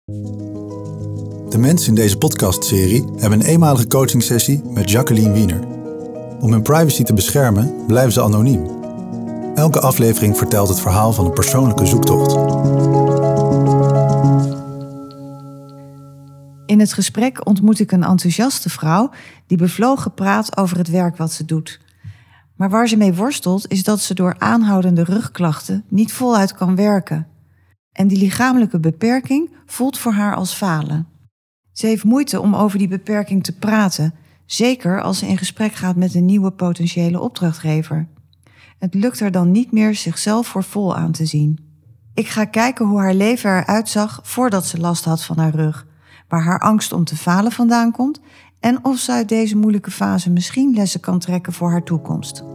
De mensen in deze podcastserie hebben een eenmalige coachingsessie met Jacqueline Wiener. Om hun privacy te beschermen blijven ze anoniem. Elke aflevering vertelt het verhaal van een persoonlijke zoektocht. In het gesprek ontmoet ik een enthousiaste vrouw die bevlogen praat over het werk wat ze doet. Maar waar ze mee worstelt is dat ze door aanhoudende rugklachten niet voluit kan werken. En die lichamelijke beperking voelt voor haar als falen. Ze heeft moeite om over die beperking te praten, zeker als ze in gesprek gaat met een nieuwe potentiële opdrachtgever. Het lukt haar dan niet meer zichzelf voor vol aan te zien. Ik ga kijken hoe haar leven eruit zag voordat ze last had van haar rug, waar haar angst om te falen vandaan komt en of ze uit deze moeilijke fase misschien lessen kan trekken voor haar toekomst.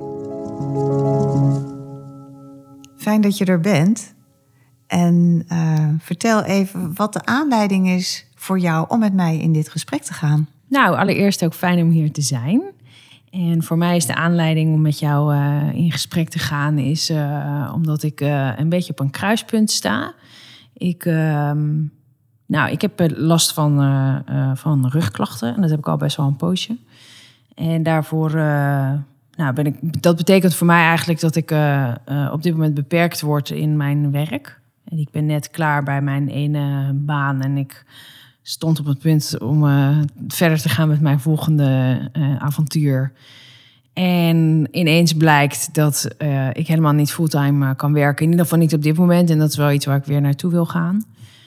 Fijn dat je er bent. En vertel even wat de aanleiding is voor jou om met mij in dit gesprek te gaan. Nou, allereerst ook fijn om hier te zijn. En voor mij is de aanleiding om met jou in gesprek te gaan is omdat ik een beetje op een kruispunt sta. Ik heb last van rugklachten en dat heb ik al best wel een poosje. En daarvoor dat betekent voor mij eigenlijk dat ik op dit moment beperkt word in mijn werk. En ik ben net klaar bij mijn ene baan en ik stond op het punt om verder te gaan met mijn volgende avontuur. En ineens blijkt dat ik helemaal niet fulltime kan werken. In ieder geval niet op dit moment. En dat is wel iets waar ik weer naartoe wil gaan.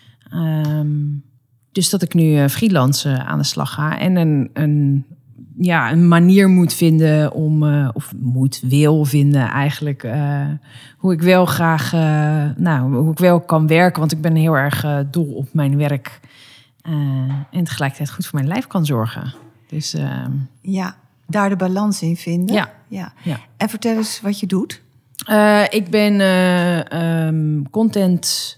Dus dat ik nu freelance aan de slag ga. En een manier moet vinden om... wil vinden eigenlijk... hoe ik wel graag... hoe ik wel kan werken. Want ik ben heel erg dol op mijn werk... en tegelijkertijd goed voor mijn lijf kan zorgen. Dus, daar de balans in vinden. Ja. En vertel eens wat je doet. Ik ben content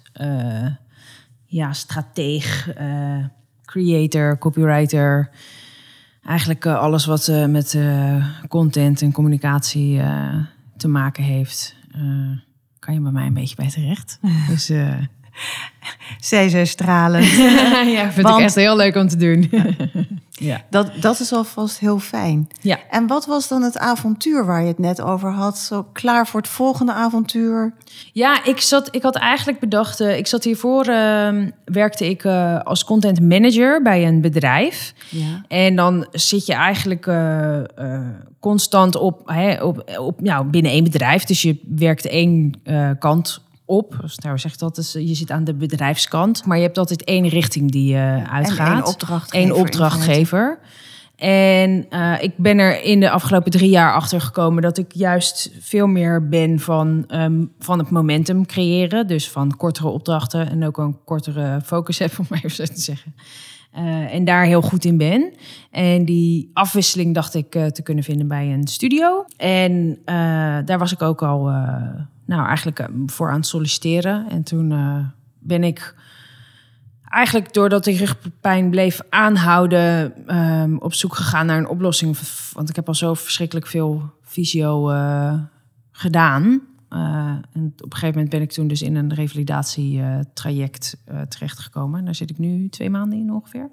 strateeg, creator, copywriter. Eigenlijk alles wat met content en communicatie te maken heeft. Kan je bij mij een beetje bij terecht. Dus... Zij zijn stralend. Ja, vind ik echt heel leuk om te doen. Ja. Dat is alvast heel fijn. Ja. En wat was dan het avontuur waar je het net over had? Zo klaar voor het volgende avontuur? Ja, ik had eigenlijk bedacht... hiervoor werkte ik als content manager bij een bedrijf. Ja. En dan zit je eigenlijk constant binnen één bedrijf. Dus je werkt één kant op. Nou, zegt dat, dus je zit aan de bedrijfskant. Maar je hebt altijd één richting die je uitgaat. En één opdrachtgever. En ik ben er in de afgelopen 3 jaar achter gekomen... dat ik juist veel meer ben van het momentum creëren. Dus van kortere opdrachten en ook een kortere focus heb, om maar even zo te zeggen. En daar heel goed in ben. En die afwisseling dacht ik te kunnen vinden bij een studio. En daar was ik ook al... voor aan het solliciteren. En toen ben ik eigenlijk, doordat ik rugpijn bleef aanhouden... op zoek gegaan naar een oplossing. Want ik heb al zo verschrikkelijk veel fysio gedaan. En op een gegeven moment ben ik toen dus in een revalidatietraject terechtgekomen. En daar zit ik nu 2 maanden in ongeveer.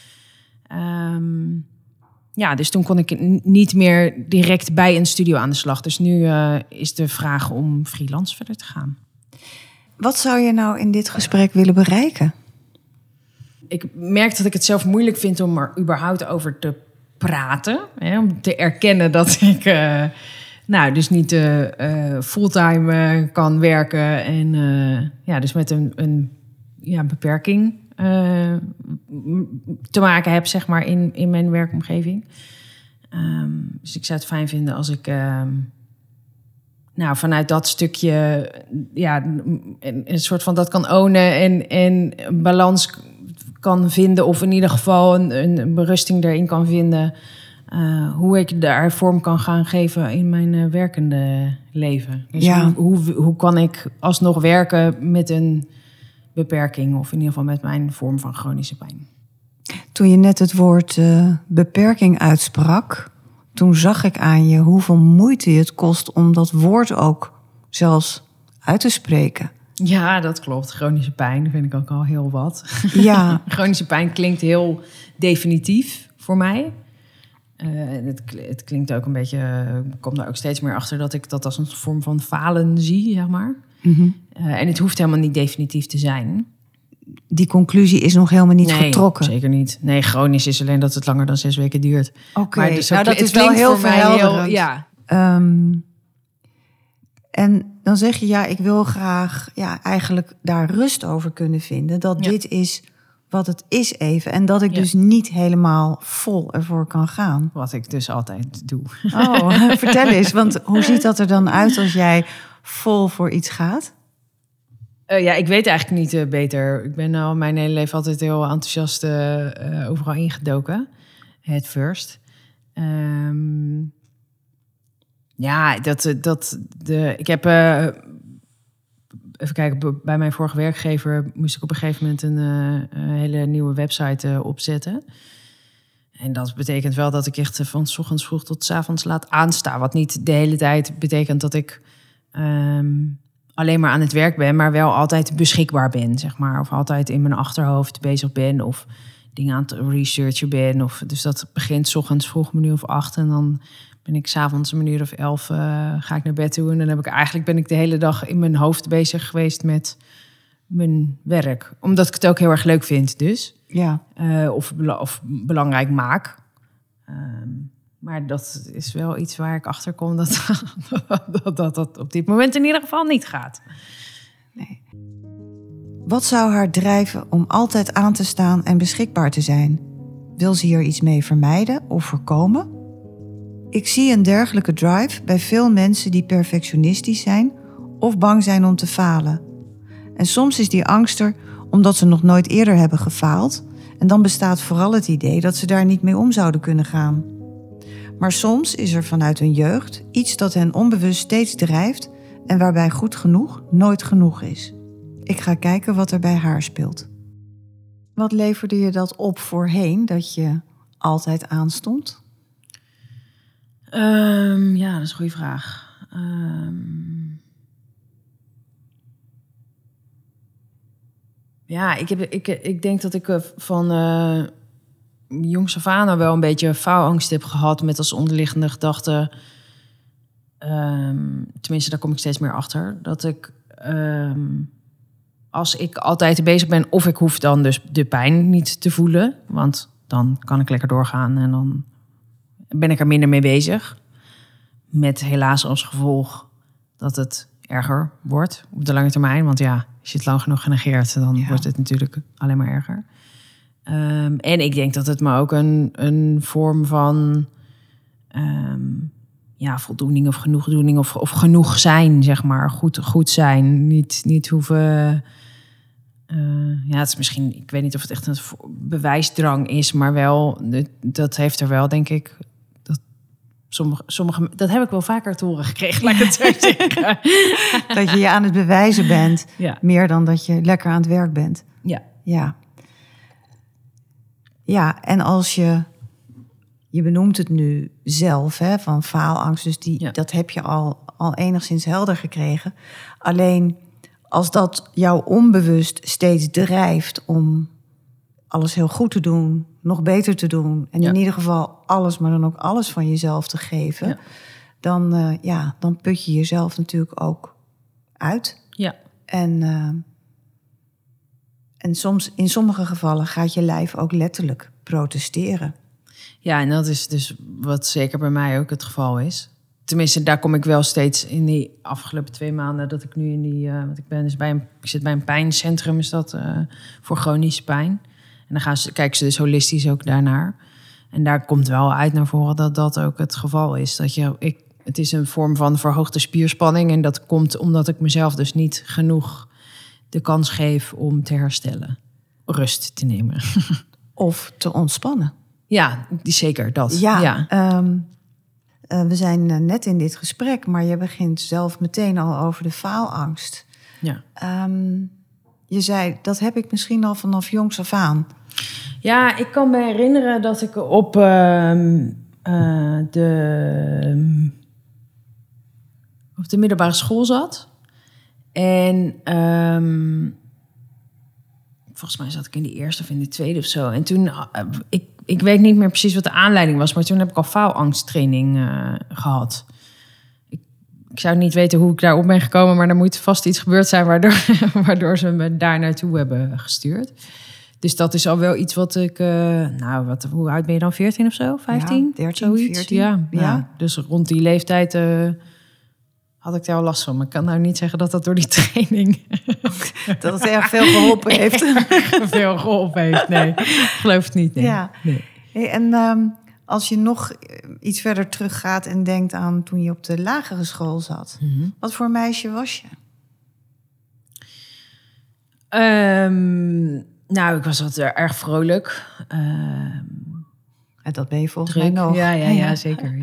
Dus toen kon ik niet meer direct bij een studio aan de slag. Dus nu is de vraag om freelance verder te gaan. Wat zou je nou in dit gesprek willen bereiken? Ik merk dat ik het zelf moeilijk vind om er überhaupt over te praten. Om te erkennen dat ik dus niet fulltime kan werken. En dus met een beperking... te maken heb, zeg maar, in mijn werkomgeving. Dus ik zou het fijn vinden als ik vanuit dat stukje een soort van dat kan ownen en een balans kan vinden, of in ieder geval een berusting erin kan vinden, hoe ik daar vorm kan gaan geven in mijn werkende leven. Dus hoe kan ik alsnog werken met een beperking, of in ieder geval met mijn vorm van chronische pijn. Toen je net het woord beperking uitsprak, toen zag ik aan je hoeveel moeite het kost om dat woord ook zelfs uit te spreken. Ja, dat klopt. Chronische pijn vind ik ook al heel wat. Ja. Chronische pijn klinkt heel definitief voor mij. Het klinkt ook een beetje... Ik kom daar ook steeds meer achter dat ik dat als een vorm van falen zie, zeg maar. Mm-hmm. En het hoeft helemaal niet definitief te zijn. Die conclusie is nog helemaal niet getrokken. Zeker niet. Nee, chronisch is alleen dat het langer dan 6 weken duurt. Oké, Maar dus dat het is wel klinkt heel voor mij verhelderend. Ja. En dan zeg je, ik wil graag eigenlijk daar rust over kunnen vinden. Dat dit is wat het is even. En dat ik dus niet helemaal vol ervoor kan gaan. Wat ik dus altijd doe. Oh, vertel eens. Want hoe ziet dat er dan uit als jij vol voor iets gaat? Ik weet eigenlijk niet beter. Ik ben al mijn hele leven altijd heel enthousiast overal ingedoken. Head first. Ik heb... even kijken, bij mijn vorige werkgever moest ik op een gegeven moment een hele nieuwe website opzetten. En dat betekent wel dat ik echt van 's ochtends vroeg tot 's avonds laat aanstaan. Wat niet de hele tijd betekent dat ik alleen maar aan het werk ben, maar wel altijd beschikbaar ben, zeg maar. Of altijd in mijn achterhoofd bezig ben of dingen aan het researchen ben. Dus dat begint 's ochtends vroeg 7:00 en dan ben ik 's avonds 11:00 ga ik naar bed toe. En dan ben ik de hele dag in mijn hoofd bezig geweest met mijn werk. Omdat ik het ook heel erg leuk vind dus. Ja. Of belangrijk maak. Maar dat is wel iets waar ik achter kom dat op dit moment in ieder geval niet gaat. Nee. Wat zou haar drijven om altijd aan te staan en beschikbaar te zijn? Wil ze hier iets mee vermijden of voorkomen? Ik zie een dergelijke drive bij veel mensen die perfectionistisch zijn of bang zijn om te falen. En soms is die angst er omdat ze nog nooit eerder hebben gefaald. En dan bestaat vooral het idee dat ze daar niet mee om zouden kunnen gaan. Maar soms is er vanuit hun jeugd iets dat hen onbewust steeds drijft en waarbij goed genoeg nooit genoeg is. Ik ga kijken wat er bij haar speelt. Wat leverde je dat op voorheen, dat je altijd aanstond? Ja, dat is een goede vraag. Ik denk dat ik van jongs af aan wel een beetje faalangst heb gehad met als onderliggende gedachte. Tenminste, daar kom ik steeds meer achter. Dat ik, als ik altijd bezig ben, of ik hoef dan dus de pijn niet te voelen. Want dan kan ik lekker doorgaan en dan ben ik er minder mee bezig. Met helaas als gevolg dat het erger wordt op de lange termijn. Want ja, als je het lang genoeg negeert, dan wordt het natuurlijk alleen maar erger. En ik denk dat het me ook een vorm van voldoening of genoegdoening of genoeg zijn, zeg maar. Goed zijn. Niet hoeven... het is misschien... Ik weet niet of het echt een bewijsdrang is, maar wel... Dat heeft er wel, denk ik... Sommige, dat heb ik wel vaker te horen gekregen, laat ik het zo zeggen. Dat je aan het bewijzen bent, meer dan dat je lekker aan het werk bent. Ja, en als je benoemt het nu zelf, van faalangst, dus dat heb je al enigszins helder gekregen. Alleen als dat jou onbewust steeds drijft om alles heel goed te doen, nog beter te doen. En in ieder geval alles, maar dan ook alles van jezelf te geven. Ja. Dan put je jezelf natuurlijk ook uit. Ja. En soms, in sommige gevallen gaat je lijf ook letterlijk protesteren. Ja, en dat is dus wat zeker bij mij ook het geval is. Tenminste, daar kom ik wel steeds in die afgelopen 2 maanden... dat ik nu in die... want ik ben dus ik zit bij een pijncentrum, is dat voor chronische pijn. En dan kijken ze dus holistisch ook daarnaar. En daar komt wel uit naar voren dat dat ook het geval is. Het is een vorm van verhoogde spierspanning. En dat komt omdat ik mezelf dus niet genoeg de kans geef om te herstellen. Rust te nemen. Of te ontspannen. Ja, zeker dat. We zijn net in dit gesprek, maar je begint zelf meteen al over de faalangst. Ja. Je zei, dat heb ik misschien al vanaf jongs af aan. Ja, ik kan me herinneren dat ik op de middelbare school zat. En volgens mij zat ik in de eerste of in de tweede of zo. En toen, ik weet niet meer precies wat de aanleiding was, maar toen heb ik al faalangsttraining gehad. Ik zou niet weten hoe ik daarop ben gekomen, maar er moet vast iets gebeurd zijn waardoor ze me daar naartoe hebben gestuurd. Dus dat is al wel iets wat ik... hoe oud ben je dan? 14 of zo? 15? Ja, 13, zoiets? 14. Ja. Ja. Dus rond die leeftijd had ik daar al last van. Maar ik kan nou niet zeggen dat dat door die training... Dat het erg veel geholpen heeft. veel geholpen heeft, nee. Ik geloof het niet, nee. Ja. Nee. Hey, en als je nog iets verder teruggaat en denkt aan toen je op de lagere school zat. Mm-hmm. Wat voor meisje was je? Nou, ik was altijd erg vrolijk. Dat ben je volgens Druk. mij nog. Ja, zeker.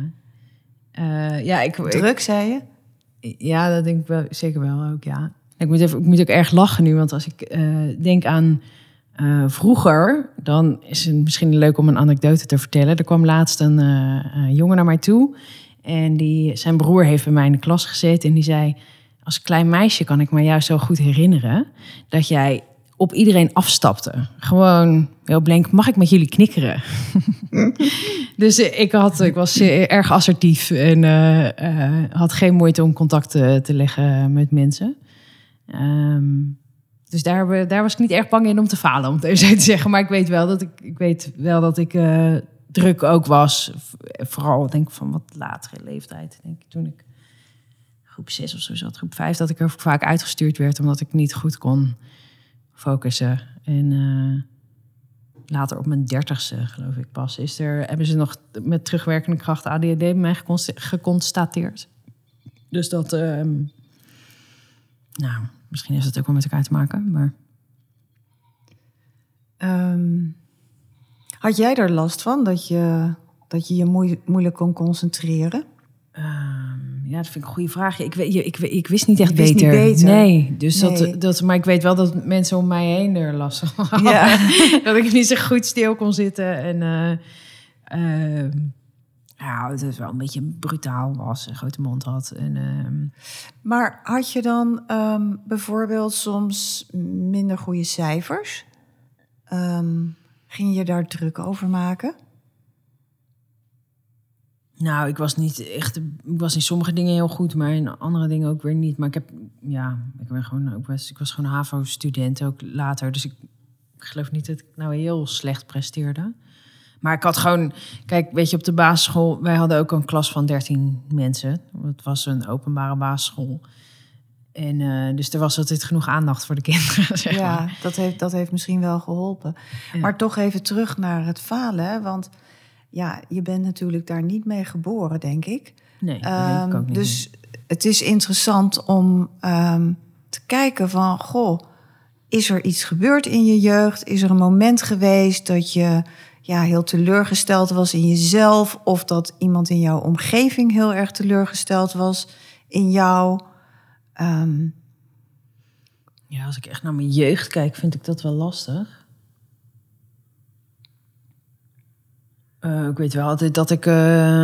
Ja. Druk, zei je? Ja, dat denk ik wel, zeker wel ook, ja. Ik moet ook erg lachen nu, want als ik denk aan vroeger, dan is het misschien leuk om een anekdote te vertellen. Er kwam laatst een jongen naar mij toe en zijn broer heeft bij mij in de klas gezeten en die zei: als klein meisje kan ik me juist zo goed herinneren dat jij op iedereen afstapte. Gewoon heel blank, mag ik met jullie knikkeren? Dus ik was erg assertief en had geen moeite om contact te leggen met mensen. Dus daar was ik niet erg bang in om te falen, om het even zo te zeggen. Maar ik weet wel dat ik druk ook was. Vooral denk ik van wat latere leeftijd. Denk ik, toen ik groep 6 of zo zat, groep 5, dat ik er vaak uitgestuurd werd omdat ik niet goed kon focussen. En later op mijn 30ste, geloof ik pas, hebben ze nog met terugwerkende kracht ADHD bij mij geconstateerd. Dus dat, misschien heeft het ook wel met elkaar te maken, maar... Had jij er last van dat je moeilijk kon concentreren? Ja, dat vind ik een goede vraag. Ik wist niet echt Je wist beter. niet beter. Nee, dus Nee. Maar ik weet wel dat mensen om mij heen er last van hadden. Ja. Dat ik niet zo goed stil kon zitten. En dat het wel een beetje brutaal was. Een grote mond had. En, Maar had je dan bijvoorbeeld soms minder goede cijfers? Ging je daar druk over maken? Nou, ik was in sommige dingen heel goed, maar in andere dingen ook weer niet. Maar ik was gewoon HAVO-student ook later. Dus ik geloof niet dat ik nou heel slecht presteerde. Maar ik had gewoon... Kijk, weet je, op de basisschool... Wij hadden ook een klas van 13 mensen. Het was een openbare basisschool. En dus er was altijd genoeg aandacht voor de kinderen, zeg maar. Dat heeft misschien wel geholpen. Ja. Maar toch even terug naar het falen, hè? Want... Ja, je bent natuurlijk daar niet mee geboren, denk ik. Nee, dat denk ik ook niet. Dus het is interessant om te kijken van... is er iets gebeurd in je jeugd? Is er een moment geweest dat je heel teleurgesteld was in jezelf? Of dat iemand in jouw omgeving heel erg teleurgesteld was in jou? Ja, als ik echt naar mijn jeugd kijk, vind ik dat wel lastig. Ik weet wel altijd dat ik...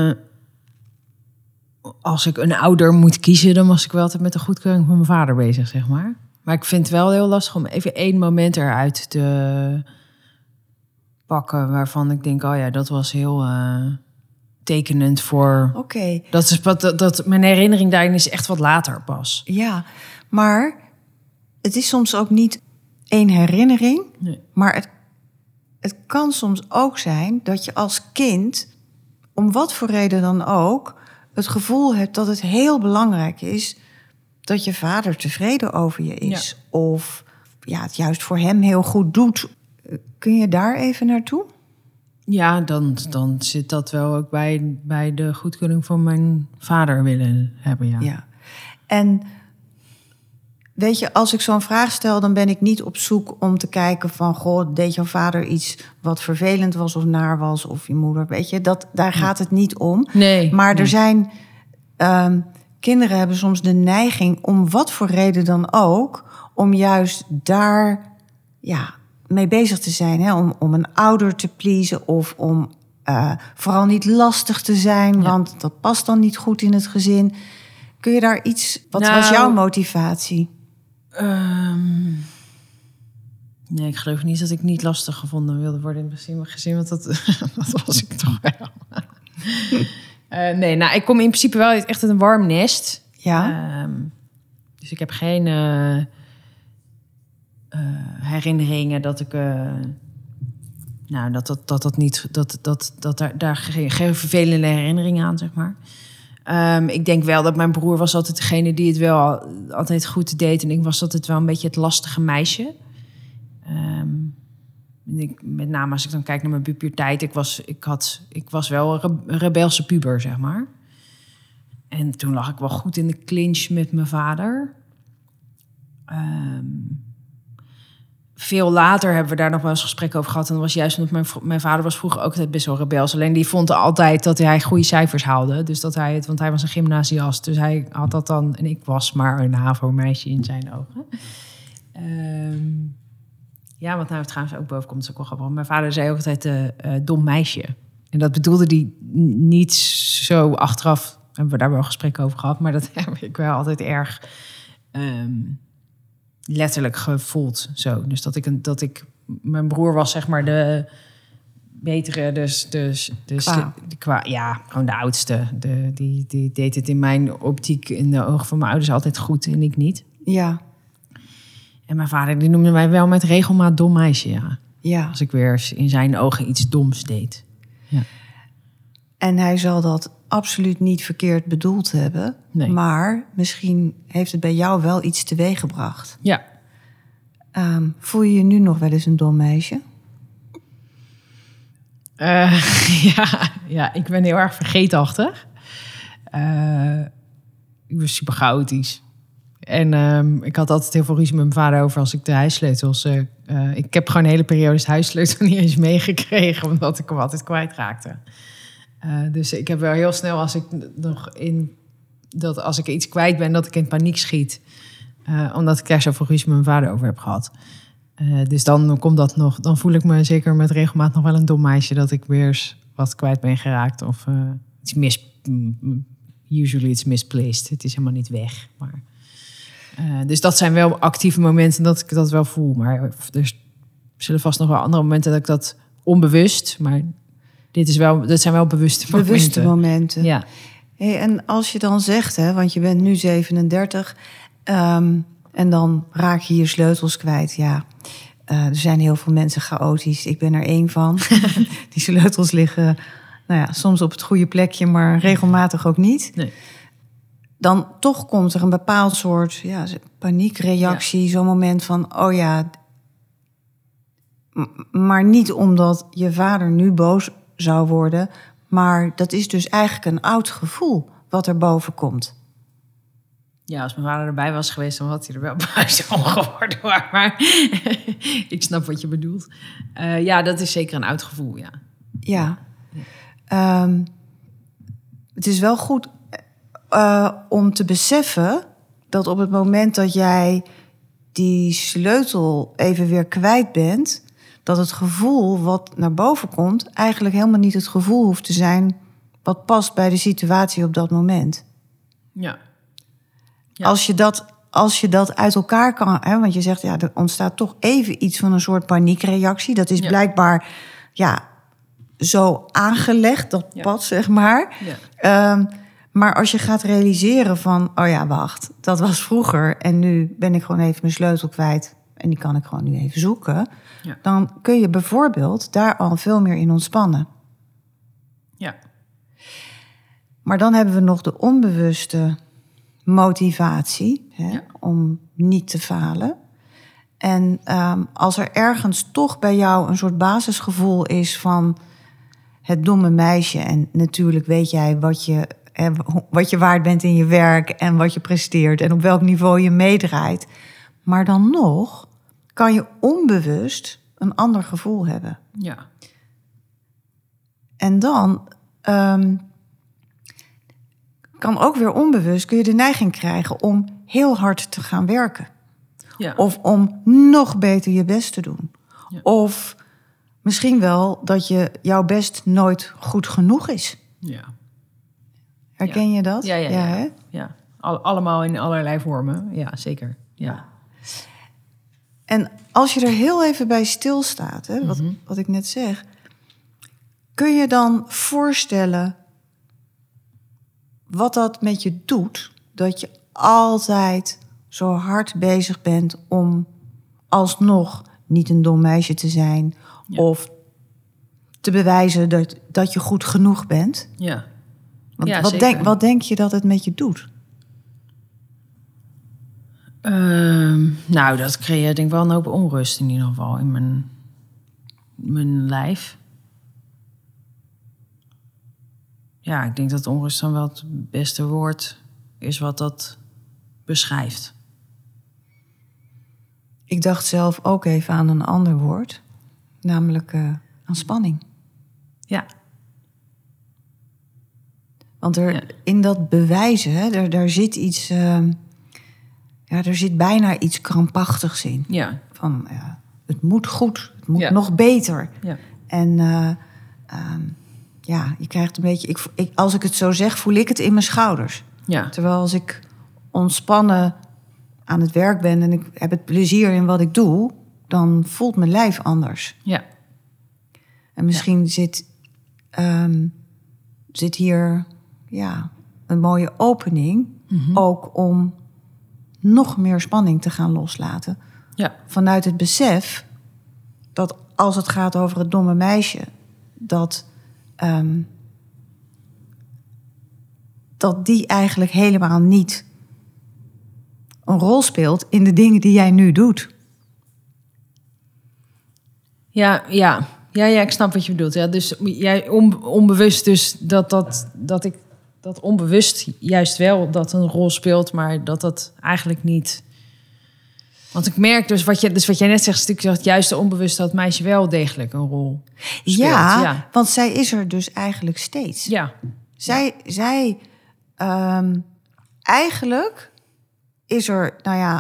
als ik een ouder moet kiezen... dan was ik wel altijd met de goedkeuring van mijn vader bezig, zeg maar. Maar ik vind het wel heel lastig om even 1 moment eruit te pakken... waarvan ik denk, dat was heel tekenend voor... Oké. Dat mijn herinnering daarin is echt wat later pas. Ja, maar het is soms ook niet 1 herinnering... Nee. maar het kan soms ook zijn dat je als kind, om wat voor reden dan ook, het gevoel hebt dat het heel belangrijk is dat je vader tevreden over je is. Ja. Of het juist voor hem heel goed doet. Kun je daar even naartoe? Ja, dan zit dat wel ook bij de goedkeuring van mijn vader willen hebben, ja. En weet je, als ik zo'n vraag stel, dan ben ik niet op zoek om te kijken van... deed jouw vader iets wat vervelend was of naar was, of je moeder, weet je? Daar gaat het niet om. Nee. Maar er zijn... kinderen hebben soms de neiging, om wat voor reden dan ook... om juist daar mee bezig te zijn. Hè? Om een ouder te pleasen of om vooral niet lastig te zijn... want dat past dan niet goed in het gezin... Kun je daar iets... Wat Nou, was jouw motivatie? Nee, ik geloof niet dat ik niet lastig gevonden wilde worden in mijn gezin. Want dat was ik toch wel. Nee, nou, ik kom in principe wel echt uit een warm nest. Ja. Dus ik heb geen herinneringen dat ik... daar geen vervelende herinneringen aan, zeg maar. Ik denk wel dat mijn broer was altijd degene die het wel altijd goed deed. En ik was altijd wel een beetje het lastige meisje. Met name als ik dan kijk naar mijn puberteit. Ik was wel een rebelse puber, zeg maar. En toen lag ik wel goed in de clinch met mijn vader. Veel later hebben we daar nog wel eens gesprekken over gehad. En dat was juist omdat mijn vader was vroeger ook altijd best wel rebels. Alleen die vond altijd dat hij goede cijfers haalde. Dus want hij was een gymnasiast. Dus hij had dat dan. En ik was maar een HAVO-meisje in zijn ogen. Ja, wat nou trouwens ook boven komt, is ook wel grappig. Mijn vader zei ook altijd dom meisje. En dat bedoelde hij niet zo achteraf. Hebben we daar wel gesprekken over gehad. Maar dat heb ik wel altijd erg... letterlijk gevoeld zo. Dus dat ik mijn broer was zeg maar de betere, gewoon de oudste. Die deed het in mijn optiek in de ogen van mijn ouders altijd goed en ik niet. Ja. En mijn vader die noemde mij wel met regelmaat dom meisje, ja. Ja. Als ik weer in zijn ogen iets doms deed. Ja. En hij zal dat absoluut niet verkeerd bedoeld hebben. Nee. Maar misschien heeft het bij jou wel iets teweeggebracht. Ja. Voel je je nu nog wel eens een dom meisje? Ja, ik ben heel erg vergeetachtig. Ik was super chaotisch. En ik had altijd heel veel ruzie met mijn vader over als ik de huissleutels... ik heb gewoon een hele periode de huissleutel niet eens meegekregen... omdat ik hem altijd kwijtraakte. Dus ik heb wel heel snel als ik iets kwijt ben... dat ik in paniek schiet. Omdat ik daar zoveel ruzie met mijn vader over heb gehad. Dus dan komt dat nog. Dan voel ik me zeker met regelmaat nog wel een dom meisje... dat ik weer eens wat kwijt ben geraakt. Of usually it's misplaced. Het is helemaal niet weg. Maar, dus dat zijn wel actieve momenten dat ik dat wel voel. Maar er zullen vast nog wel andere momenten dat ik dat onbewust... maar dit zijn wel bewuste momenten. Ja. Hey, en als je dan zegt, hè, want je bent nu 37... en dan raak je je sleutels kwijt. Ja, er zijn heel veel mensen chaotisch. Ik ben er één van. Die sleutels liggen soms op het goede plekje... maar regelmatig ook niet. Nee. Dan toch komt er een bepaald soort paniekreactie. Ja. Zo'n moment van, maar niet omdat je vader nu boos zou worden... maar dat is dus eigenlijk een oud gevoel wat er boven komt. Ja, als mijn vader erbij was geweest... dan had hij er wel boos om geworden. Maar ik snap wat je bedoelt. Ja, dat is zeker een oud gevoel, ja. Ja. Het is wel goed om te beseffen... dat op het moment dat jij die sleutel even weer kwijt bent... dat het gevoel wat naar boven komt... eigenlijk helemaal niet het gevoel hoeft te zijn... wat past bij de situatie op dat moment. Ja. Als je dat uit elkaar kan... Hè, want je zegt, er ontstaat toch even iets van een soort paniekreactie. Dat is blijkbaar zo aangelegd, dat pad, zeg maar. Ja. Maar als je gaat realiseren van... wacht, dat was vroeger... en nu ben ik gewoon even mijn sleutel kwijt... en die kan ik gewoon nu even zoeken... Ja. Dan kun je bijvoorbeeld daar al veel meer in ontspannen. Ja. Maar dan hebben we nog de onbewuste motivatie... om niet te falen. En als er ergens toch bij jou een soort basisgevoel is... van het domme meisje... en natuurlijk weet jij wat je waard bent in je werk... en wat je presteert en op welk niveau je meedraait... maar dan nog... kan je onbewust een ander gevoel hebben. Ja. En dan kan ook weer onbewust... kun je de neiging krijgen om heel hard te gaan werken. Ja. Of om nog beter je best te doen. Ja. Of misschien wel dat jouw best nooit goed genoeg is. Ja. Herken je dat? Ja. Allemaal in allerlei vormen. Ja, zeker. Ja. En als je er heel even bij stilstaat, hè, wat ik net zeg, kun je dan voorstellen wat dat met je doet? Dat je altijd zo hard bezig bent om alsnog niet een dom meisje te zijn, of te bewijzen dat je goed genoeg bent. Ja. Wat denk je dat het met je doet? Nou, dat creëert denk ik wel een hoop onrust in ieder geval in mijn lijf. Ja, ik denk dat onrust dan wel het beste woord is wat dat beschrijft. Ik dacht zelf ook even aan een ander woord, namelijk aan spanning. Ja. Want in dat bewijzen, hè, daar zit iets, er zit bijna iets krampachtigs in. Ja. Van, het moet goed, het moet nog beter. Ja. En je krijgt een beetje, als ik het zo zeg, voel ik het in mijn schouders. Ja. Terwijl als ik ontspannen aan het werk ben en ik heb het plezier in wat ik doe, dan voelt mijn lijf anders. Ja. En misschien zit hier een mooie opening, ook om nog meer spanning te gaan loslaten. Ja. Vanuit het besef dat als het gaat over het domme meisje, dat die eigenlijk helemaal niet een rol speelt in de dingen die jij nu doet. Ja, ik snap wat je bedoelt. Ja, dus jij onbewust dus dat ik dat onbewust juist wel dat een rol speelt, maar dat eigenlijk niet. Want ik merk dus wat jij net zegt, stuk dat juist de onbewust dat meisje wel degelijk een rol speelt. Ja, want zij is er dus eigenlijk steeds. Ja. Zij eigenlijk is er,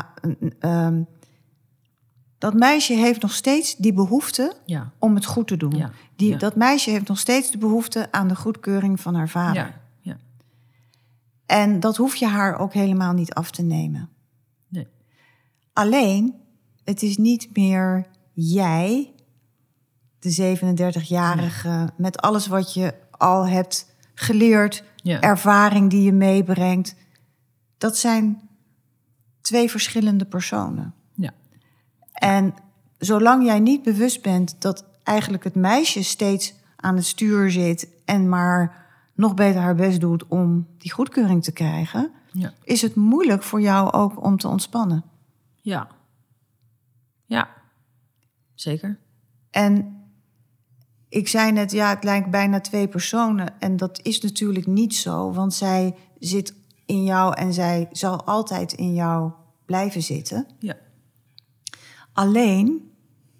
dat meisje heeft nog steeds die behoefte om het goed te doen. Ja. Dat meisje heeft nog steeds de behoefte aan de goedkeuring van haar vader. Ja. Ja. En dat hoef je haar ook helemaal niet af te nemen. Nee. Alleen, het is niet meer jij, de 37-jarige, met alles wat je al hebt geleerd, ervaring die je meebrengt. Dat zijn 2 verschillende personen. Ja. En zolang jij niet bewust bent dat eigenlijk het meisje steeds aan het stuur zit en maar nog beter haar best doet om die goedkeuring te krijgen, is het moeilijk voor jou ook om te ontspannen. Ja. Ja. Zeker. En ik zei net, het lijkt bijna 2 personen. En dat is natuurlijk niet zo, want zij zit in jou en zij zal altijd in jou blijven zitten. Ja. Alleen,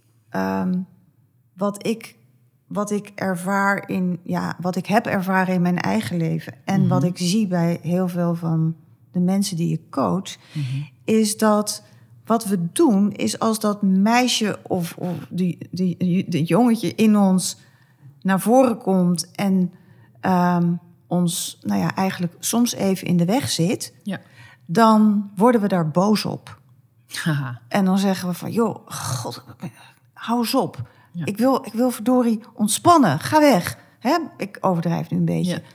wat ik ervaar wat ik heb ervaren in mijn eigen leven en wat ik zie bij heel veel van de mensen die ik coach, is dat wat we doen, is als dat meisje of die jongetje in ons naar voren komt en ons eigenlijk soms even in de weg zit, dan worden we daar boos op. Haha. En dan zeggen we van, joh, god, hou eens op. Ja. Ik wil verdorie ontspannen, ga weg. Hè? Ik overdrijf nu een beetje. Ja.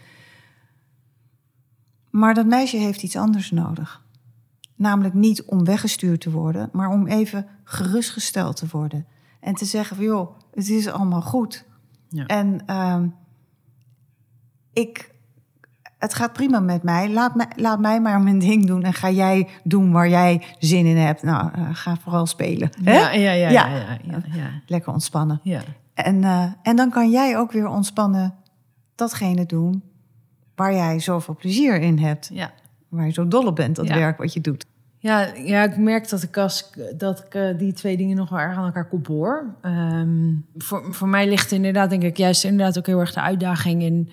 Maar dat meisje heeft iets anders nodig. Namelijk niet om weggestuurd te worden, maar om even gerustgesteld te worden. En te zeggen van, joh, het is allemaal goed. Ja. En het gaat prima met mij. Laat mij maar mijn ding doen en ga jij doen waar jij zin in hebt. Nou, ga vooral spelen. Hè? Ja. Lekker ontspannen. Ja. En dan kan jij ook weer ontspannen datgene doen waar jij zoveel plezier in hebt. Ja. Waar je zo dol op bent, dat werk wat je doet. Ja, ik merk dat ik die 2 dingen nog wel erg aan elkaar koppel, hoor. Voor mij ligt inderdaad, denk ik, juist inderdaad ook heel erg de uitdaging in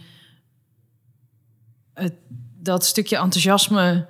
dat stukje enthousiasme,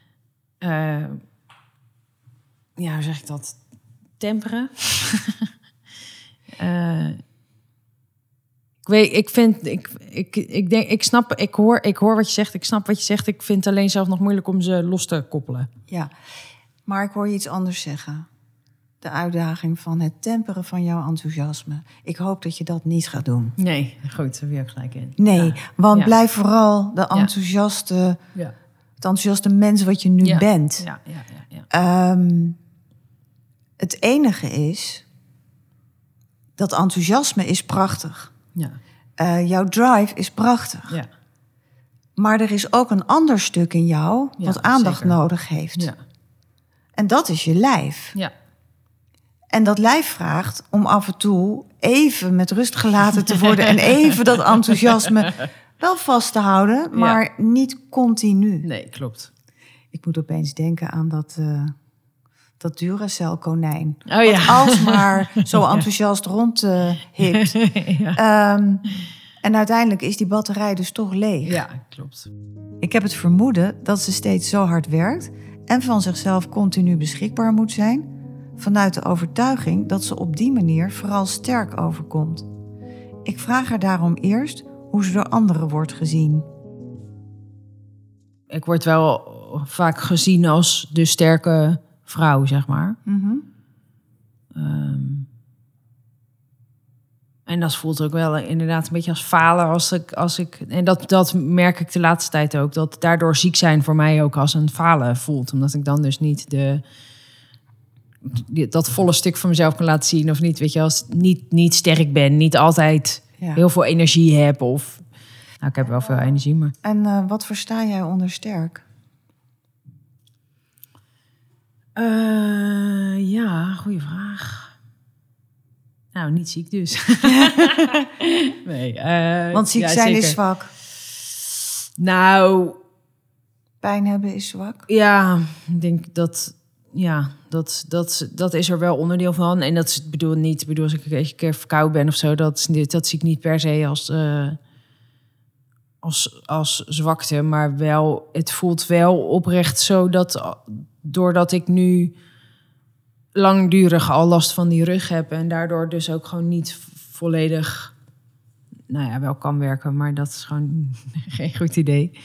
hoe zeg ik dat? Temperen. Ik hoor wat je zegt. Ik snap wat je zegt. Ik vind het alleen zelf nog moeilijk om ze los te koppelen. Ja, maar ik hoor je iets anders zeggen. De uitdaging van het temperen van jouw enthousiasme. Ik hoop dat je dat niet gaat doen. Nee, goed, daar heb je ook gelijk in. Nee, want Ja. blijf vooral de enthousiaste, Ja. het enthousiaste mens wat je nu bent. Ja. Het enige is, dat enthousiasme is prachtig. Ja. Jouw drive is prachtig. Ja. Maar er is ook een ander stuk in jou Ja, wat aandacht zeker. nodig heeft. Ja. En dat is je lijf. Ja. En dat lijf vraagt om af en toe even met rust gelaten te worden... en even dat enthousiasme wel vast te houden, maar niet continu. Nee, klopt. Ik moet opeens denken aan dat Duracell-konijn. Oh ja. Wat alsmaar zo enthousiast rondhipt. En uiteindelijk is die batterij dus toch leeg. Ja, klopt. Ik heb het vermoeden dat ze steeds zo hard werkt... en van zichzelf continu beschikbaar moet zijn... vanuit de overtuiging dat ze op die manier vooral sterk overkomt. Ik vraag haar daarom eerst hoe ze door anderen wordt gezien. Ik word wel vaak gezien als de sterke vrouw, zeg maar. En dat voelt ook wel inderdaad een beetje als falen. Als ik en dat merk ik de laatste tijd ook. Dat daardoor ziek zijn voor mij ook als een falen voelt. Omdat ik dan dus niet dat volle stuk van mezelf kan laten zien. Of niet, weet je, als niet sterk ben. Niet altijd heel veel energie heb. Of, nou, ik heb wel veel energie, maar... En wat versta jij onder sterk? Ja, goede vraag. Nou, niet ziek dus. Nee, Want ziek zijn zeker. is zwak. Nou, Pijn hebben is zwak. ja, ik denk dat... Ja, dat is er wel onderdeel van. En dat is, bedoel als ik een keer verkouden ben of zo... dat zie ik niet per se als zwakte. Maar wel, het voelt wel oprecht zo dat... doordat ik nu langdurig al last van die rug heb... en daardoor dus ook gewoon niet volledig... nou ja, wel kan werken, maar dat is gewoon geen goed idee.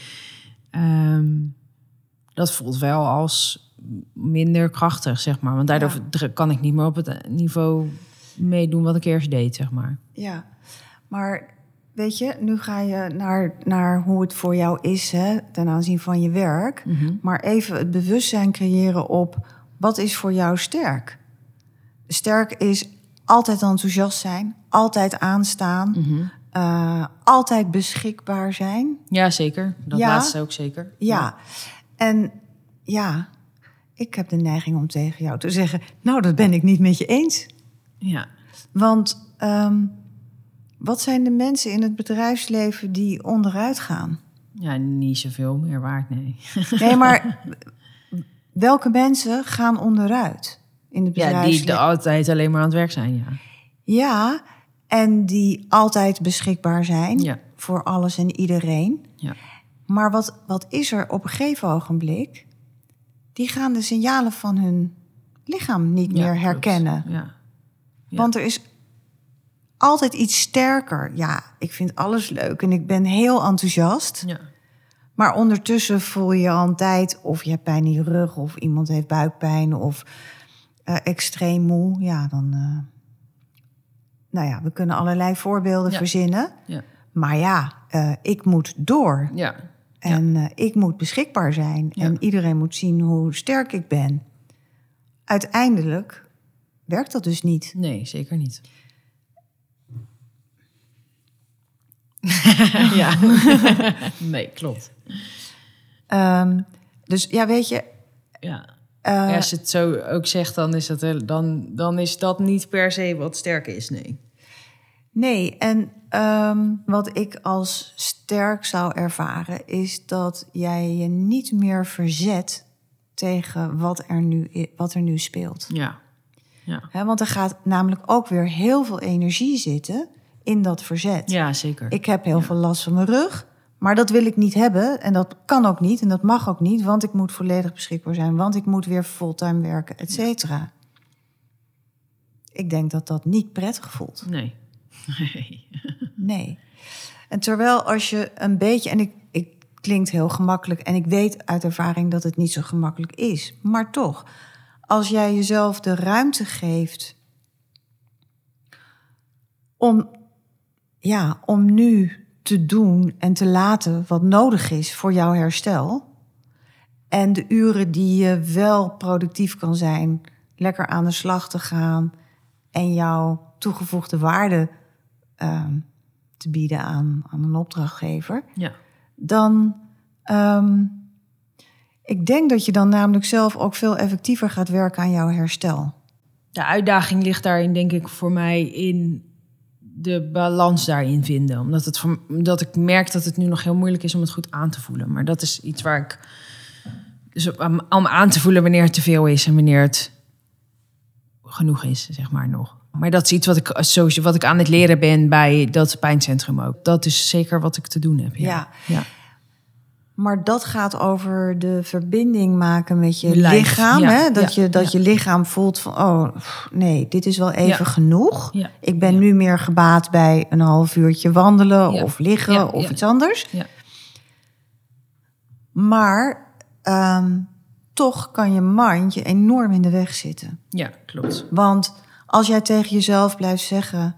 Dat voelt wel als minder krachtig, zeg maar. Want daardoor kan ik niet meer op het niveau meedoen wat ik eerst deed, zeg maar. Ja, maar weet je, nu ga je naar hoe het voor jou is... Hè, ten aanzien van je werk. Maar even het bewustzijn creëren op... wat is voor jou sterk? Sterk is altijd enthousiast zijn, altijd aanstaan... altijd beschikbaar zijn. Ja, zeker. Dat laatste ook zeker. Ja, en ja, ik heb de neiging om tegen jou te zeggen... nou, dat ben ik niet met je eens. Ja. Want wat zijn de mensen in het bedrijfsleven die onderuit gaan? Ja, niet zoveel meer waard, nee. Nee, maar welke mensen gaan onderuit in het bedrijfsleven? Die altijd alleen maar aan het werk zijn, ja. Ja, en die altijd beschikbaar zijn voor alles en iedereen. Ja. Maar wat is er op een gegeven ogenblik? Die gaan de signalen van hun lichaam niet meer herkennen. Ja. Want er is altijd iets sterker. Ja, ik vind alles leuk en ik ben heel enthousiast. Ja. Maar ondertussen voel je al een tijd... of je hebt pijn in je rug, of iemand heeft buikpijn... of extreem moe. Ja, dan... nou ja, we kunnen allerlei voorbeelden verzinnen. Ja. Maar ja, ik moet door. Ja. En ik moet beschikbaar zijn. Ja. En iedereen moet zien hoe sterk ik ben. Uiteindelijk werkt dat dus niet. Nee, zeker niet. Ja. Nee, klopt. Dus ja, weet je... Ja. Als je het zo ook zegt, dan is dat niet per se wat sterk is, nee. Nee, en wat ik als sterk zou ervaren... is dat jij je niet meer verzet tegen wat er nu speelt. Ja. Ja. Want er gaat namelijk ook weer heel veel energie zitten in dat verzet. Ja, zeker. Ik heb heel veel last van mijn rug, maar dat wil ik niet hebben. En dat kan ook niet en dat mag ook niet... want ik moet volledig beschikbaar zijn... want ik moet weer fulltime werken, et cetera. Ik denk dat dat niet prettig voelt. Nee. Nee. En terwijl als je een beetje... en ik klinkt heel gemakkelijk... en ik weet uit ervaring dat het niet zo gemakkelijk is. Maar toch, als jij jezelf de ruimte geeft... om nu te doen en te laten wat nodig is voor jouw herstel... en de uren die je wel productief kan zijn... lekker aan de slag te gaan... en jouw toegevoegde waarde te bieden aan een opdrachtgever... Ja. dan... ik denk dat je dan namelijk zelf ook veel effectiever gaat werken aan jouw herstel. De uitdaging ligt daarin, denk ik, voor mij in de balans daarin vinden. Omdat ik merk dat het nu nog heel moeilijk is om het goed aan te voelen. Maar dat is iets waar ik... Dus om aan te voelen wanneer het te veel is en wanneer het genoeg is, zeg maar nog. Maar dat is iets wat ik aan het leren ben bij dat pijncentrum ook. Dat is zeker wat ik te doen heb. Ja. Maar dat gaat over de verbinding maken met je Lijf, lichaam. ja, Hè? Dat je ja. lichaam voelt van... oh, nee, dit is wel even genoeg. Ja, Ik ben nu meer gebaat bij een half uurtje wandelen... of liggen of iets anders. Ja. Maar toch kan je mind je enorm in de weg zitten. Ja, klopt. Want als jij tegen jezelf blijft zeggen...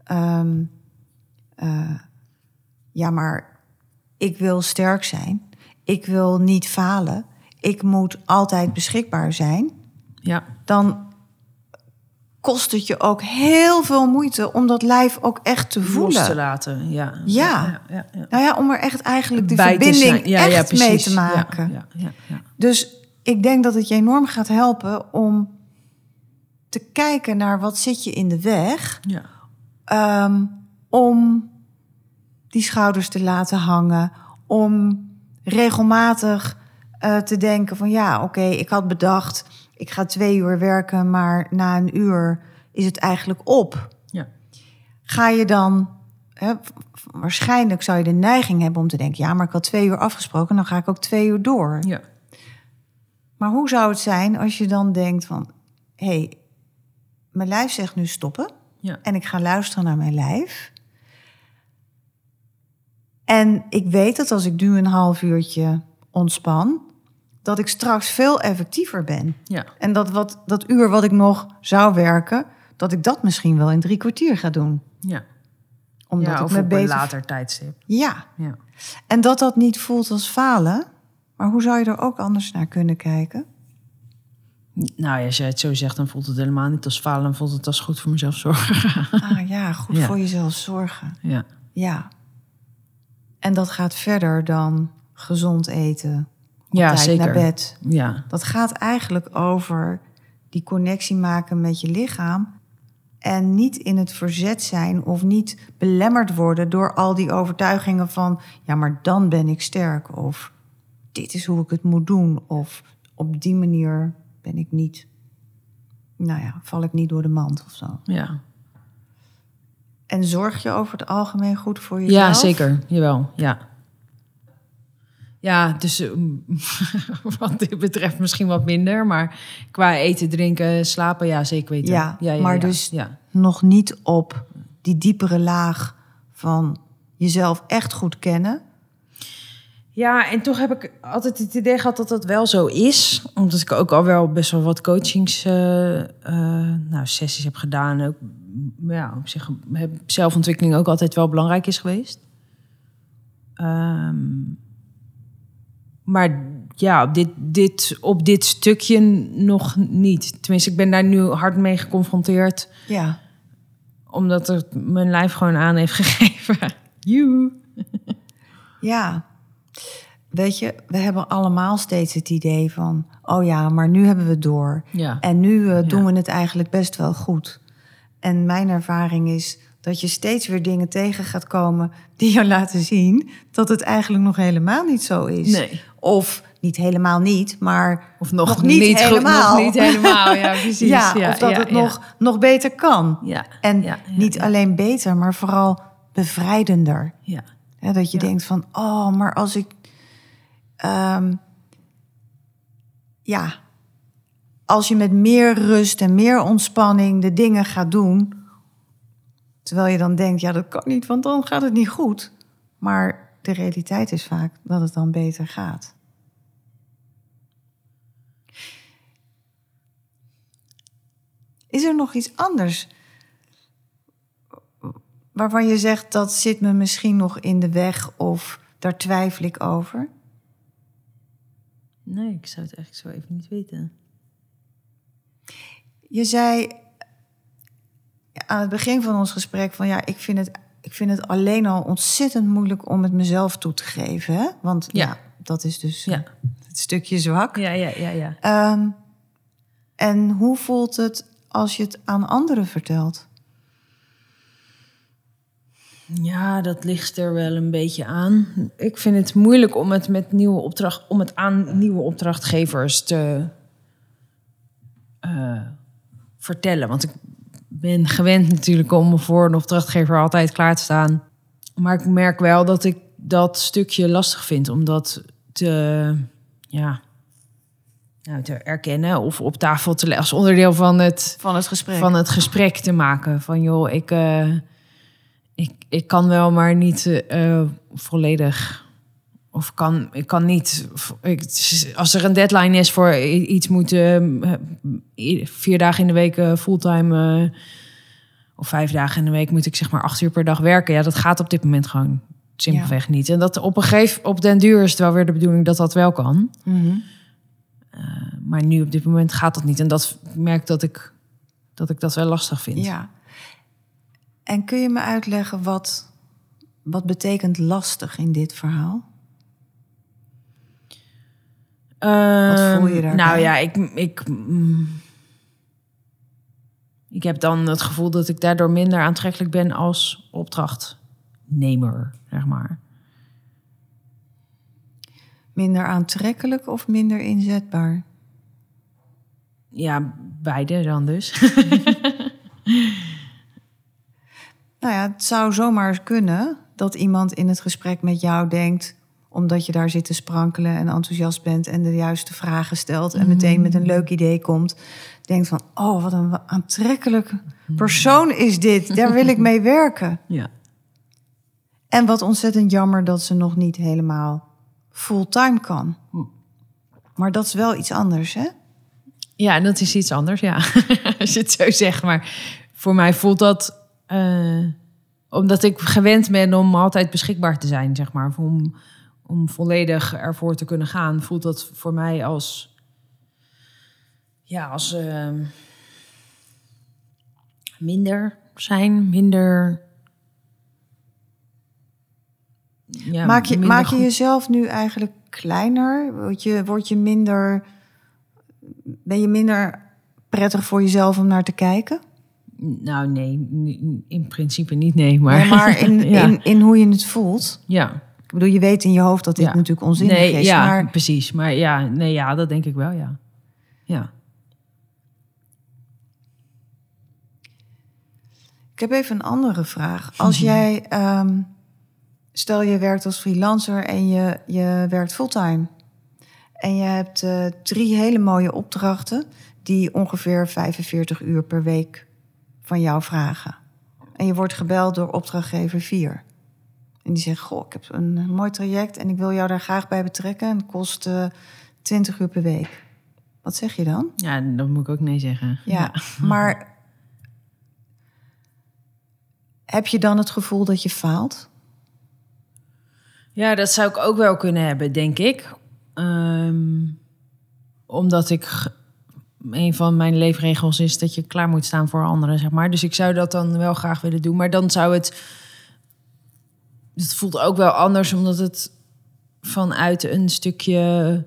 ja, maar ik wil sterk zijn. Ik wil niet falen. Ik moet altijd beschikbaar zijn. Ja. Dan kost het je ook heel veel moeite... om dat lijf ook echt te voelen. Los te laten, ja. Ja. Nou ja, om er echt eigenlijk de Bij te verbinding zijn. echt mee precies. te maken. Ja. Dus ik denk dat het je enorm gaat helpen om te kijken naar wat zit je in de weg. Ja. Om die schouders te laten hangen. Om regelmatig te denken van ja, oké, ik had bedacht... ik ga 2 uur werken, maar na 1 uur is het eigenlijk op. Ja. Ga je dan... waarschijnlijk zou je de neiging hebben om te denken... ja, maar ik had 2 uur afgesproken, dan ga ik ook 2 uur door. Ja. Maar hoe zou het zijn als je dan denkt van... hé, mijn lijf zegt nu stoppen... Ja. en ik ga luisteren naar mijn lijf... en ik weet dat als ik nu een half uurtje ontspan... dat ik straks veel effectiever ben. Ja. En dat uur wat ik nog zou werken... dat ik dat misschien wel in 3 kwartier ga doen. Ja. Omdat ik of me op beter... een later tijdstip. Ja. Ja. En dat niet voelt als falen... maar hoe zou je er ook anders naar kunnen kijken? Nou, als jij het zo zegt, dan voelt het helemaal niet als falen. Dan voelt het als goed voor mezelf zorgen. Ah ja, goed voor jezelf zorgen. Ja. Ja. En dat gaat verder dan gezond eten. Ja, tijd zeker. naar bed. Ja. Dat gaat eigenlijk over die connectie maken met je lichaam. En niet in het verzet zijn of niet belemmerd worden... door al die overtuigingen van... ja, maar dan ben ik sterk. Of dit is hoe ik het moet doen. Of op die manier ben ik niet... nou ja, val ik niet door de mand of zo. Ja. En zorg je over het algemeen goed voor jezelf? Ja, zeker. Jawel, ja. Ja, dus wat dit betreft misschien wat minder. Maar qua eten, drinken, slapen, ja, zeker weten. Ja, maar dus nog niet op die diepere laag van jezelf echt goed kennen. Ja, en toch heb ik altijd het idee gehad dat dat wel zo is. Omdat ik ook al wel best wel wat coachings, sessies heb gedaan. Ook, ja, op zich zelfontwikkeling ook altijd wel belangrijk is geweest. Maar ja, op dit stukje nog niet. Tenminste, ik ben daar nu hard mee geconfronteerd. Ja. Omdat het mijn lijf gewoon aan heeft gegeven. Joe. Ja. Weet je, we hebben allemaal steeds het idee van... oh ja, maar nu hebben we het door. Ja. En nu doen we het eigenlijk best wel goed. En mijn ervaring is dat je steeds weer dingen tegen gaat komen... die je laten zien dat het eigenlijk nog helemaal niet zo is. Nee. Of niet helemaal niet, maar of nog niet helemaal. Nog niet helemaal, ja, precies. Ja, of dat het nog beter kan. Ja. En niet alleen beter, maar vooral bevrijdender. Ja. Ja, dat je denkt van, oh, maar als ik... als je met meer rust en meer ontspanning de dingen gaat doen... Terwijl je dan denkt, ja, dat kan niet, want dan gaat het niet goed. Maar de realiteit is vaak dat het dan beter gaat. Is er nog iets anders waarvan je zegt, dat zit me misschien nog in de weg of daar twijfel ik over? Nee, ik zou het eigenlijk zo even niet weten. Je zei aan het begin van ons gesprek van ja, ik vind het alleen al ontzettend moeilijk om het mezelf toe te geven. Hè? Want ja, dat is dus het stukje zwak. Ja. En hoe voelt het als je het aan anderen vertelt? Ja, dat ligt er wel een beetje aan. Ik vind het moeilijk om het aan nieuwe opdrachtgevers te vertellen. Want ik ben gewend natuurlijk om voor een opdrachtgever altijd klaar te staan. Maar ik merk wel dat ik dat stukje lastig vind om dat te erkennen of op tafel te leggen als onderdeel van het gesprek te maken. Van joh, ik kan wel, maar niet volledig. Of ik kan niet. Als er een deadline is voor iets, moet 4 dagen in de week fulltime of 5 dagen in de week moet ik zeg maar 8 uur per dag werken. Ja, dat gaat op dit moment gewoon simpelweg niet. En dat op den duur is het wel weer de bedoeling dat dat wel kan. Mm-hmm. Maar nu op dit moment gaat dat niet. En dat merk dat ik dat wel lastig vind. Ja. En kun je me uitleggen wat betekent lastig in dit verhaal? Wat voel je daarbij? Nou ja, ik heb dan het gevoel dat ik daardoor minder aantrekkelijk ben als opdrachtnemer, zeg maar. Minder aantrekkelijk of minder inzetbaar? Ja, beide dan dus. Nou ja, het zou zomaar kunnen dat iemand in het gesprek met jou denkt, omdat je daar zit te sprankelen en enthousiast bent en de juiste vragen stelt en meteen met een leuk idee komt, denkt van, oh, wat een aantrekkelijk persoon is dit. Daar wil ik mee werken. Ja. En wat ontzettend jammer dat ze nog niet helemaal fulltime kan. Maar dat is wel iets anders, hè? Ja, dat is iets anders, ja. Als je het zo zegt. Maar voor mij voelt dat omdat ik gewend ben om altijd beschikbaar te zijn, zeg maar. Om volledig ervoor te kunnen gaan, voelt dat voor mij als minder zijn, minder. Ja, maak je jezelf nu eigenlijk kleiner? Word je minder? Ben je minder prettig voor jezelf om naar te kijken? Nou, nee, in principe niet, nee. Maar in hoe je het voelt? Ja. Ik bedoel, je weet in je hoofd dat dit natuurlijk onzinnig is. Ja, maar precies. Maar dat denk ik wel, ja. Ja. Ik heb even een andere vraag. Als jij, stel je werkt als freelancer en je werkt fulltime. En je hebt 3 hele mooie opdrachten die ongeveer 45 uur per week van jou vragen. En je wordt gebeld door opdrachtgever 4. En die zegt, goh, ik heb een mooi traject en ik wil jou daar graag bij betrekken. En het kost 20 uur per week. Wat zeg je dan? Ja, dan moet ik ook nee zeggen. Ja, maar heb je dan het gevoel dat je faalt? Ja, dat zou ik ook wel kunnen hebben, denk ik. Omdat een van mijn leefregels is dat je klaar moet staan voor anderen, zeg maar. Dus ik zou dat dan wel graag willen doen. Maar dan zou het voelt ook wel anders, omdat het vanuit een stukje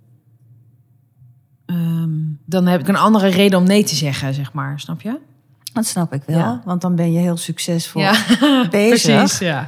dan heb ik een andere reden om nee te zeggen, zeg maar. Snap je? Dat snap ik wel, Ja. want dan ben je heel succesvol bezig. Precies, ja.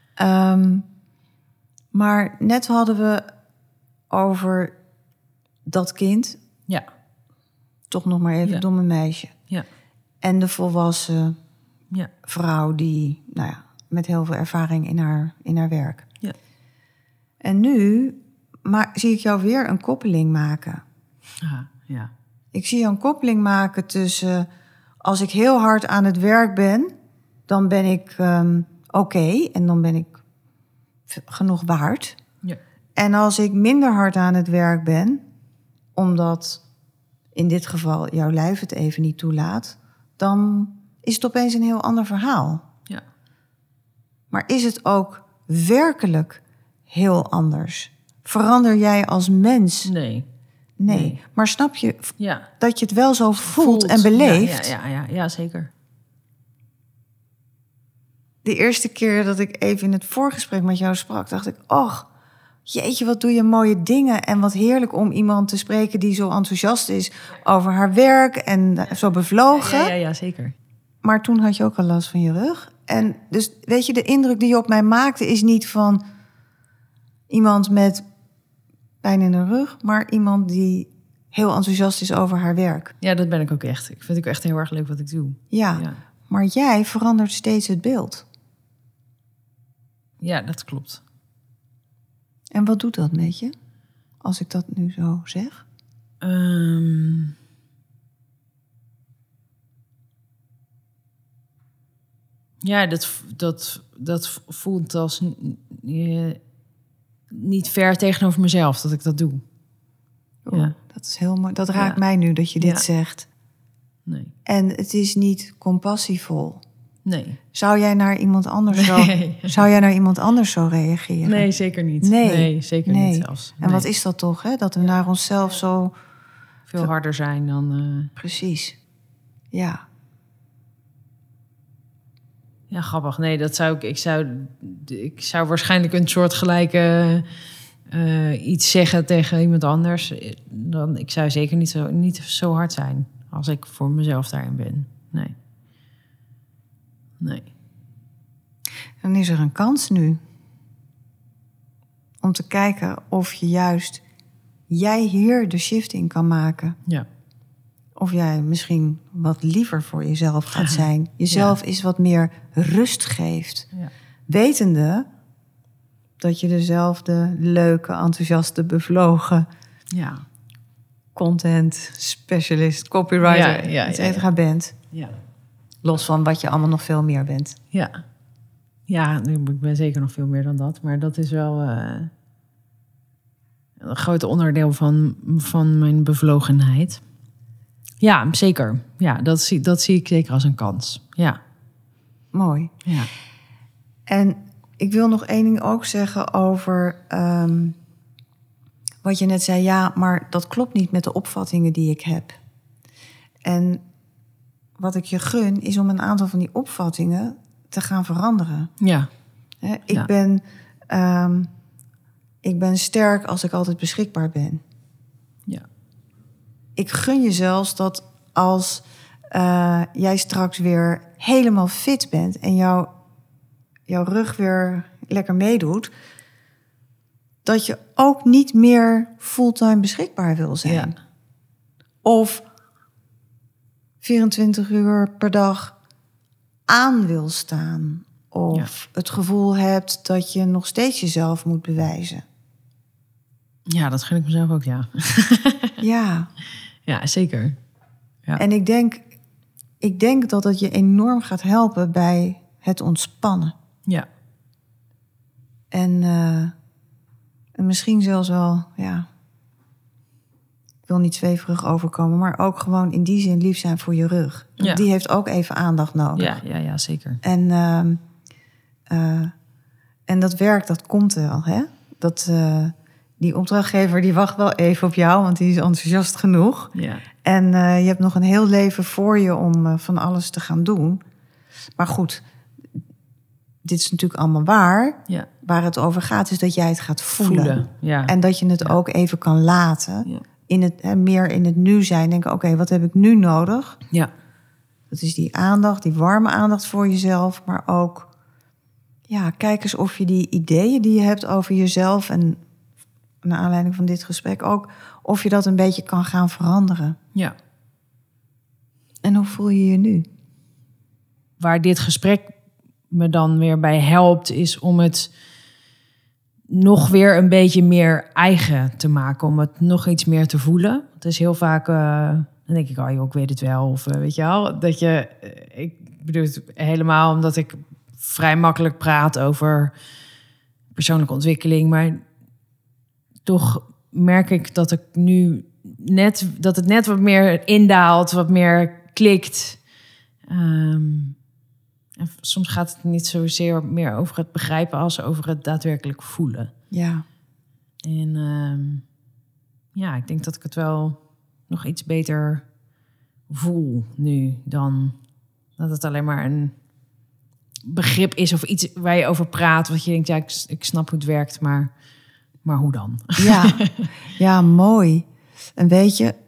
Maar net hadden we over dat kind. Ja. Toch nog maar even domme meisje. Ja. En de volwassen Ja. vrouw die, met heel veel ervaring in haar werk. Ja. En nu zie ik jou weer een koppeling maken. Aha, ja. Ik zie jou een koppeling maken tussen, als ik heel hard aan het werk ben, dan ben ik oké en dan ben ik genoeg waard. Ja. En als ik minder hard aan het werk ben, omdat in dit geval jouw lijf het even niet toelaat, dan is het opeens een heel ander verhaal. Ja. Maar is het ook werkelijk heel anders? Verander jij als mens? Nee. Nee. Maar snap je Ja. dat je het wel zo voelt en beleeft? Ja, zeker. De eerste keer dat ik even in het voorgesprek met jou sprak, dacht ik, och, jeetje, wat doe je mooie dingen. En wat heerlijk om iemand te spreken die zo enthousiast is over haar werk en zo bevlogen. Ja, zeker. Maar toen had je ook al last van je rug. En dus, weet je, de indruk die je op mij maakte is niet van iemand met pijn in de rug, maar iemand die heel enthousiast is over haar werk. Ja, dat ben ik ook echt. Ik vind het ook echt heel erg leuk wat ik doe. Ja, maar jij verandert steeds het beeld. Ja, dat klopt. En wat doet dat met je, als ik dat nu zo zeg? Ja, dat voelt als niet ver tegenover mezelf dat ik dat doe. Ja. Dat is heel mooi. Dat raakt mij nu dat je dit zegt. Nee. En het is niet compassievol. Nee. Zou jij naar iemand anders zo reageren? Nee, zeker niet. Nee, zeker niet zelfs. En wat is dat toch, hè? Dat we naar onszelf zo veel harder zijn dan... Precies. Ja. Ja, grappig. Nee, dat zou ik zou waarschijnlijk een soort gelijke iets zeggen tegen iemand anders. Ik zou zeker niet zo hard zijn als ik voor mezelf daarin ben. Nee. Dan is er een kans nu om te kijken of jij hier de shift in kan maken. Ja. Of jij misschien wat liever voor jezelf gaat zijn. Jezelf is wat meer rust geeft. Ja. Wetende dat je dezelfde leuke, enthousiaste, bevlogen content specialist, copywriter, et cetera bent. Ja. Los van wat je allemaal nog veel meer bent. Ja. Ja, ik ben zeker nog veel meer dan dat. Maar dat is wel een groot onderdeel van mijn bevlogenheid. Ja, zeker. Ja, dat zie ik zeker als een kans. Ja. Mooi. Ja. En ik wil nog één ding ook zeggen over wat je net zei. Ja, maar dat klopt niet met de opvattingen die ik heb. En wat ik je gun is om een aantal van die opvattingen te gaan veranderen. Ja. Ik ben sterk als ik altijd beschikbaar ben. Ja. Ik gun je zelfs dat als jij straks weer helemaal fit bent en jouw rug weer lekker meedoet, dat je ook niet meer fulltime beschikbaar wil zijn. Ja. Of 24 uur per dag aan wil staan. Of het gevoel hebt dat je nog steeds jezelf moet bewijzen. Ja, dat gun ik mezelf ook, ja. Ja. Ja, zeker. Ja. En ik denk dat het je enorm gaat helpen bij het ontspannen. Ja. En misschien zelfs wel, ik wil niet zweverig overkomen, maar ook gewoon in die zin lief zijn voor je rug. Ja. Die heeft ook even aandacht nodig. Ja, zeker. En dat werk, dat komt wel, hè? Die opdrachtgever die wacht wel even op jou, want die is enthousiast genoeg. Ja. En je hebt nog een heel leven voor je om van alles te gaan doen. Maar goed, dit is natuurlijk allemaal waar. Ja. Waar het over gaat is dat jij het gaat voelen. Ja. En dat je het ook even kan laten. Ja. Meer in het nu zijn. Denken, oké, wat heb ik nu nodig? Ja. Dat is die aandacht, die warme aandacht voor jezelf. Maar ook, kijk eens of je die ideeën die je hebt over jezelf, en naar aanleiding van dit gesprek ook, of je dat een beetje kan gaan veranderen. Ja. En hoe voel je je nu? Waar dit gesprek me dan weer bij helpt, is om het nog weer een beetje meer eigen te maken. Om het nog iets meer te voelen. Het is heel vaak Dan denk ik, joh, ik weet het wel. Of weet je wel, dat je... ik bedoel het helemaal omdat ik vrij makkelijk praat over persoonlijke ontwikkeling. Maar toch merk ik dat ik nu dat het net wat meer indaalt, wat meer klikt. En soms gaat het niet zozeer meer over het begrijpen als over het daadwerkelijk voelen. Ja. En ik denk dat ik het wel nog iets beter voel nu dan dat het alleen maar een begrip is of iets waar je over praat. Wat je denkt, ja, ik snap hoe het werkt, maar hoe dan? Ja, mooi. En weet je,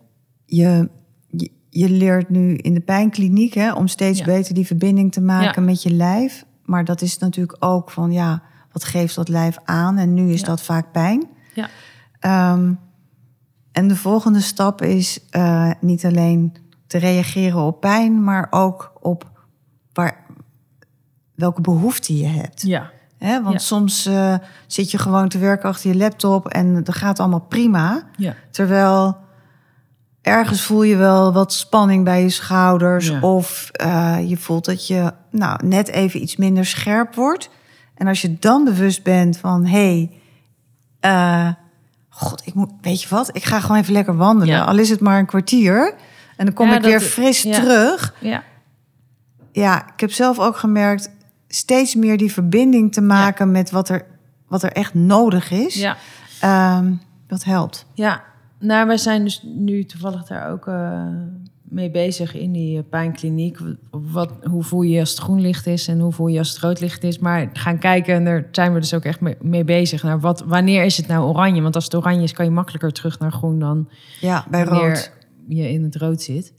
je leert nu in de pijnkliniek om steeds beter die verbinding te maken met je lijf. Maar dat is natuurlijk ook van, wat geeft dat lijf aan? En nu is dat vaak pijn. Ja. En de volgende stap is niet alleen te reageren op pijn, maar ook op welke behoefte je hebt. Ja. Want soms zit je gewoon te werken achter je laptop en dat gaat allemaal prima. Ja. Terwijl ergens voel je wel wat spanning bij je schouders. Ja. Of je voelt dat je net even iets minder scherp wordt. En als je dan bewust bent van, weet je wat? Ik ga gewoon even lekker wandelen. Ja. Al is het maar een kwartier. En dan kom ik weer fris terug. Ja. Ja, ik heb zelf ook gemerkt steeds meer die verbinding te maken met wat er echt nodig is. Ja. Dat helpt. Ja, nou, wij zijn dus nu toevallig daar ook mee bezig in die pijnkliniek. Hoe voel je als het groen licht is en hoe voel je als het rood licht is. Maar gaan kijken, en daar zijn we dus ook echt mee bezig. Naar wanneer is het nou oranje? Want als het oranje is, kan je makkelijker terug naar groen dan bij rood. Je in het rood zit.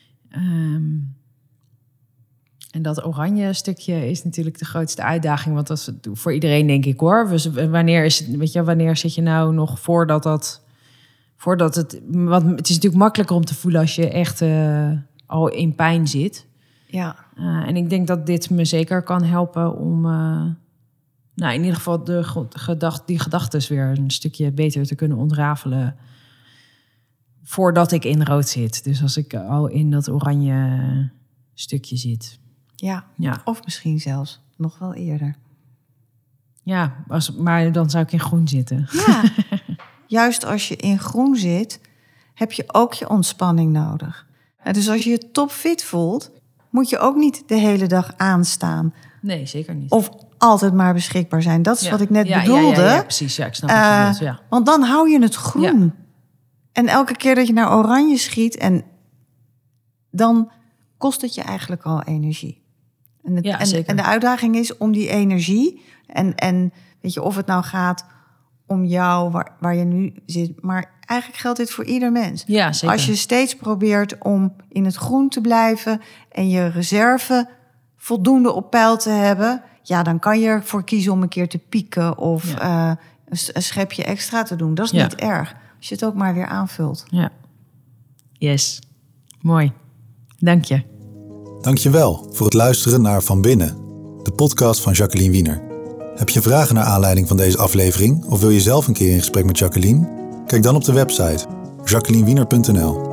En dat oranje stukje is natuurlijk de grootste uitdaging. Want dat is voor iedereen, denk ik, hoor. Dus wanneer zit je nou nog voordat het... Want het is natuurlijk makkelijker om te voelen als je echt al in pijn zit. Ja. En ik denk dat dit me zeker kan helpen om... in ieder geval die gedachtes weer een stukje beter te kunnen ontrafelen voordat ik in rood zit. Dus als ik al in dat oranje stukje zit. Ja, of misschien zelfs nog wel eerder. Ja, maar dan zou ik in groen zitten. Ja, juist als je in groen zit, heb je ook je ontspanning nodig. Dus als je je topfit voelt, moet je ook niet de hele dag aanstaan. Nee, zeker niet. Of altijd maar beschikbaar zijn. Dat is wat ik net bedoelde. Ja, precies. Ja, ik snap wat je bedoelt, ja. Want dan hou je het groen. Ja. En elke keer dat je naar oranje schiet, en dan kost het je eigenlijk al energie. En de uitdaging is om die energie... En weet je, of het nou gaat om jou, waar je nu zit... maar eigenlijk geldt dit voor ieder mens. Ja, zeker. Als je steeds probeert om in het groen te blijven... en je reserve voldoende op peil te hebben... dan kan je ervoor kiezen om een keer te pieken... of een schepje extra te doen. Dat is niet erg. Als je het ook maar weer aanvult. Ja. Yes. Mooi. Dank je. Dank je wel voor het luisteren naar Van Binnen, de podcast van Jacqueline Wiener. Heb je vragen naar aanleiding van deze aflevering of wil je zelf een keer in gesprek met Jacqueline? Kijk dan op de website jacquelinewiener.nl.